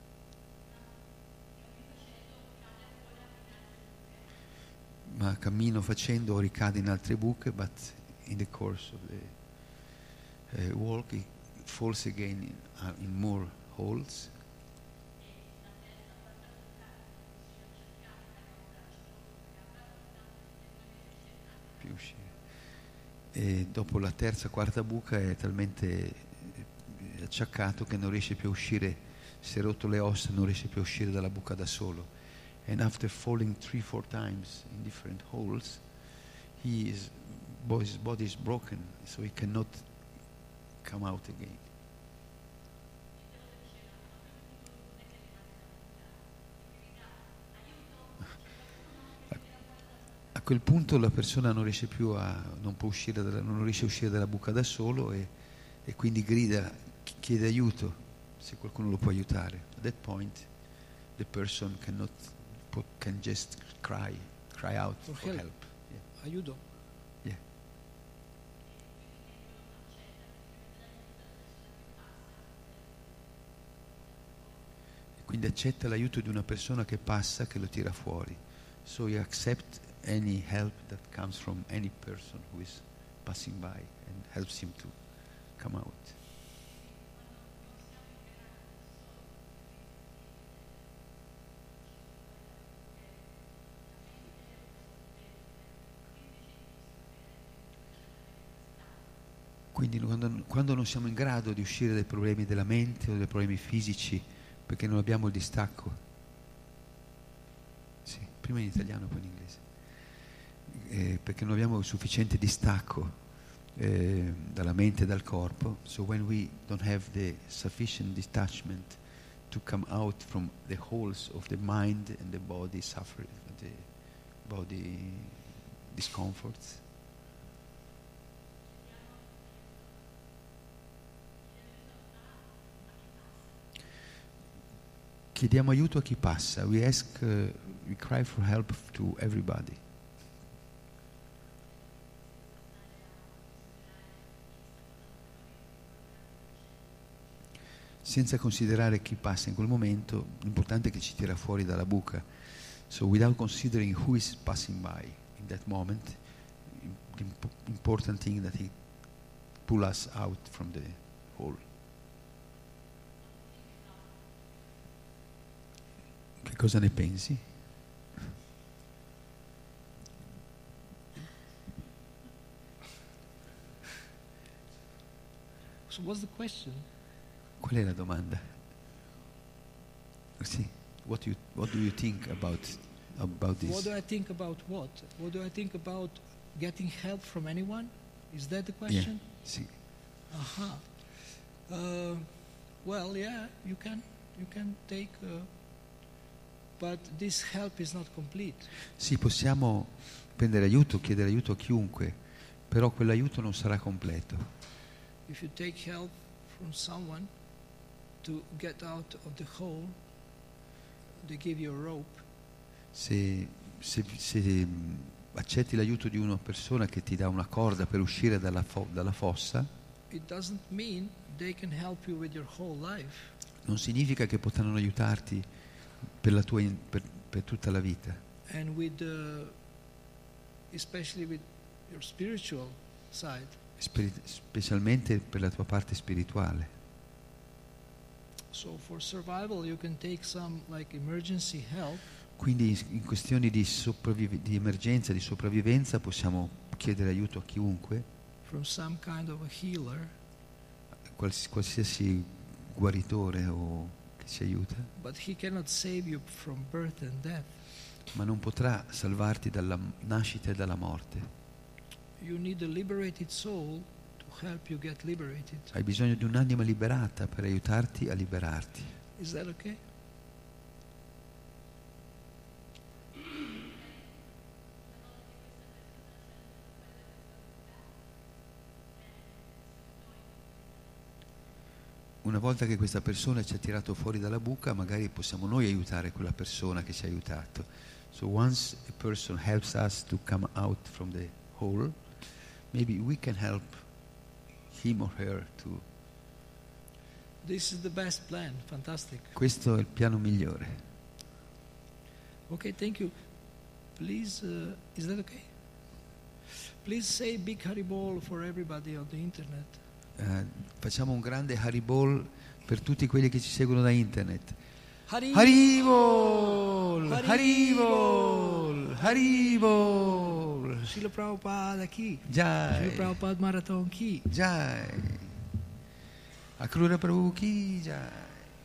Ma cammino facendo ricade in altre buche, but in the course of the walk he falls again in more holes. Più uscire. E dopo la terza, quarta buca è talmente acciaccato che non riesce più a uscire, si è rotto le ossa, non riesce più a uscire dalla buca da solo. And after falling 3-4 times in different holes, his body is broken, so he cannot come out again. A quel punto la persona non riesce più non riesce a uscire dalla buca da solo e quindi grida, chiede aiuto, se qualcuno lo può aiutare. At that point the person can just cry out for help. Yeah. Aiuto. Yeah. E quindi accetta l'aiuto di una persona che passa, che lo tira fuori. So you accept any help that comes from any person who is passing by and helps him to come out. Quindi quando non siamo in grado di uscire dai problemi della mente o dai problemi fisici perché non abbiamo il distacco, sì, prima in italiano poi in inglese, perché non abbiamo il sufficiente distacco dalla mente e dal corpo, so when we don't have the sufficient detachment to come out from the holes of the mind and the body suffering, the body discomforts, chiediamo aiuto a chi passa. We cry for help to everybody. Senza considerare chi passa in quel momento, l'importante è che ci tira fuori dalla buca. So without considering who is passing by in that moment, the important thing that he pull us out from the hole. Che cosa ne pensi? So what's the question? Qual è la domanda? Sì. What do you think about this? What do I think about what? What do I think about getting help from anyone? Is that the question? Yeah. Sì. Well, yeah, you can take, but this help is not complete. Sì, possiamo prendere aiuto, chiedere aiuto a chiunque, però quell'aiuto non sarà completo. If you take help from someone to get out of the hole, they give you a rope. Se accetti l'aiuto di una persona che ti dà una corda per uscire dalla fossa, It doesn't mean they can help you with your whole life. non significa che potranno aiutarti per tutta la vita. And with especially with your spiritual side. Specialmente per la tua parte spirituale. So for survival you can take some like emergency help. Quindi in questioni di emergenza, di sopravvivenza, possiamo chiedere aiuto a chiunque, from some kind of a healer, qualsiasi guaritore o che ci aiuta, but he cannot save you from birth and death. ma non potrà salvarti dalla nascita e dalla morte. You need a liberated soul to help you get liberated. Hai bisogno di un'anima liberata per aiutarti a liberarti. Is that okay? una volta che questa persona ci ha tirato fuori dalla buca, magari possiamo noi aiutare quella persona che ci ha aiutato. So once a person helps us to come out from the hole, maybe we can help him or her to. This is the best plan. Fantastic. Questo è il piano migliore. Okay, thank you. Please, is that okay? Please say big Haribol for everybody on the internet. Facciamo un grande Haribol per tutti quelli che ci seguono da internet. Haribol! Haribol! Haribol! Srila Prabhupada ki. Jai! Srila Prabhupada Marathon ki. Jai! Akrura Prabhu ki jai!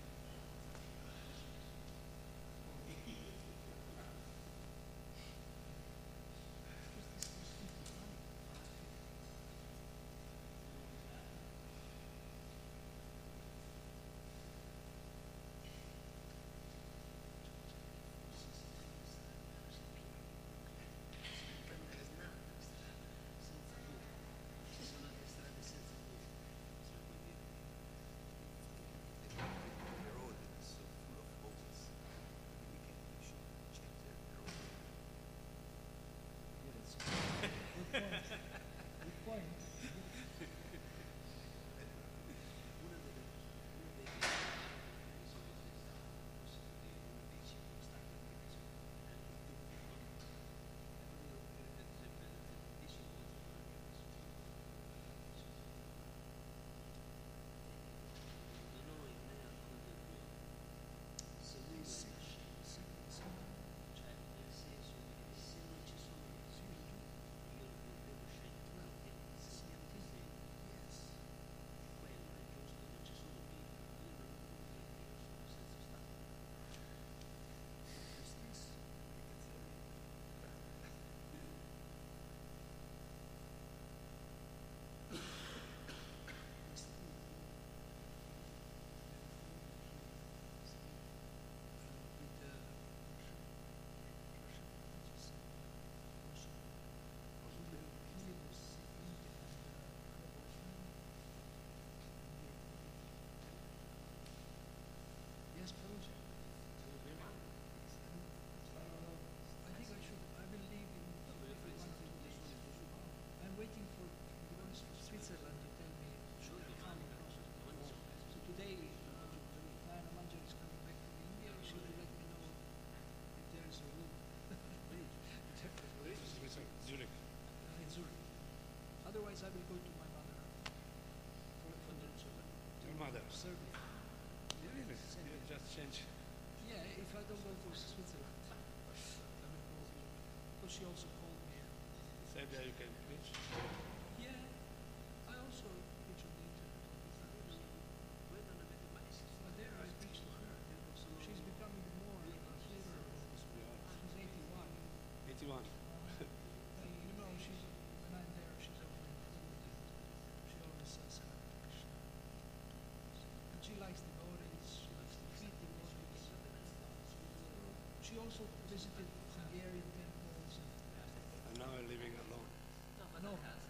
Yes, Prabhuji. I think I should. I will leave in different days. I'm waiting for the ones from Switzerland to tell me should I come across the wall. So today, Diana Manjari is coming back from India. She will let me know if there is a room. Zurich. In Zurich. Otherwise, I will go to my mother for the Your mother. Serbia. Really? You just change. Yeah, if I don't go to Switzerland, I will go because she also called me. Serbia you can preach. Yeah, I also preach on the internet all the time. But there I preach to her. She's becoming more clearer. She's 81. 81. You know, she's when I'm there, she's offering food. And she always says Hare Krishna. And she likes devotees. She likes to feed devotees. She also visited Hungarian temples. And now I'm living alone. No,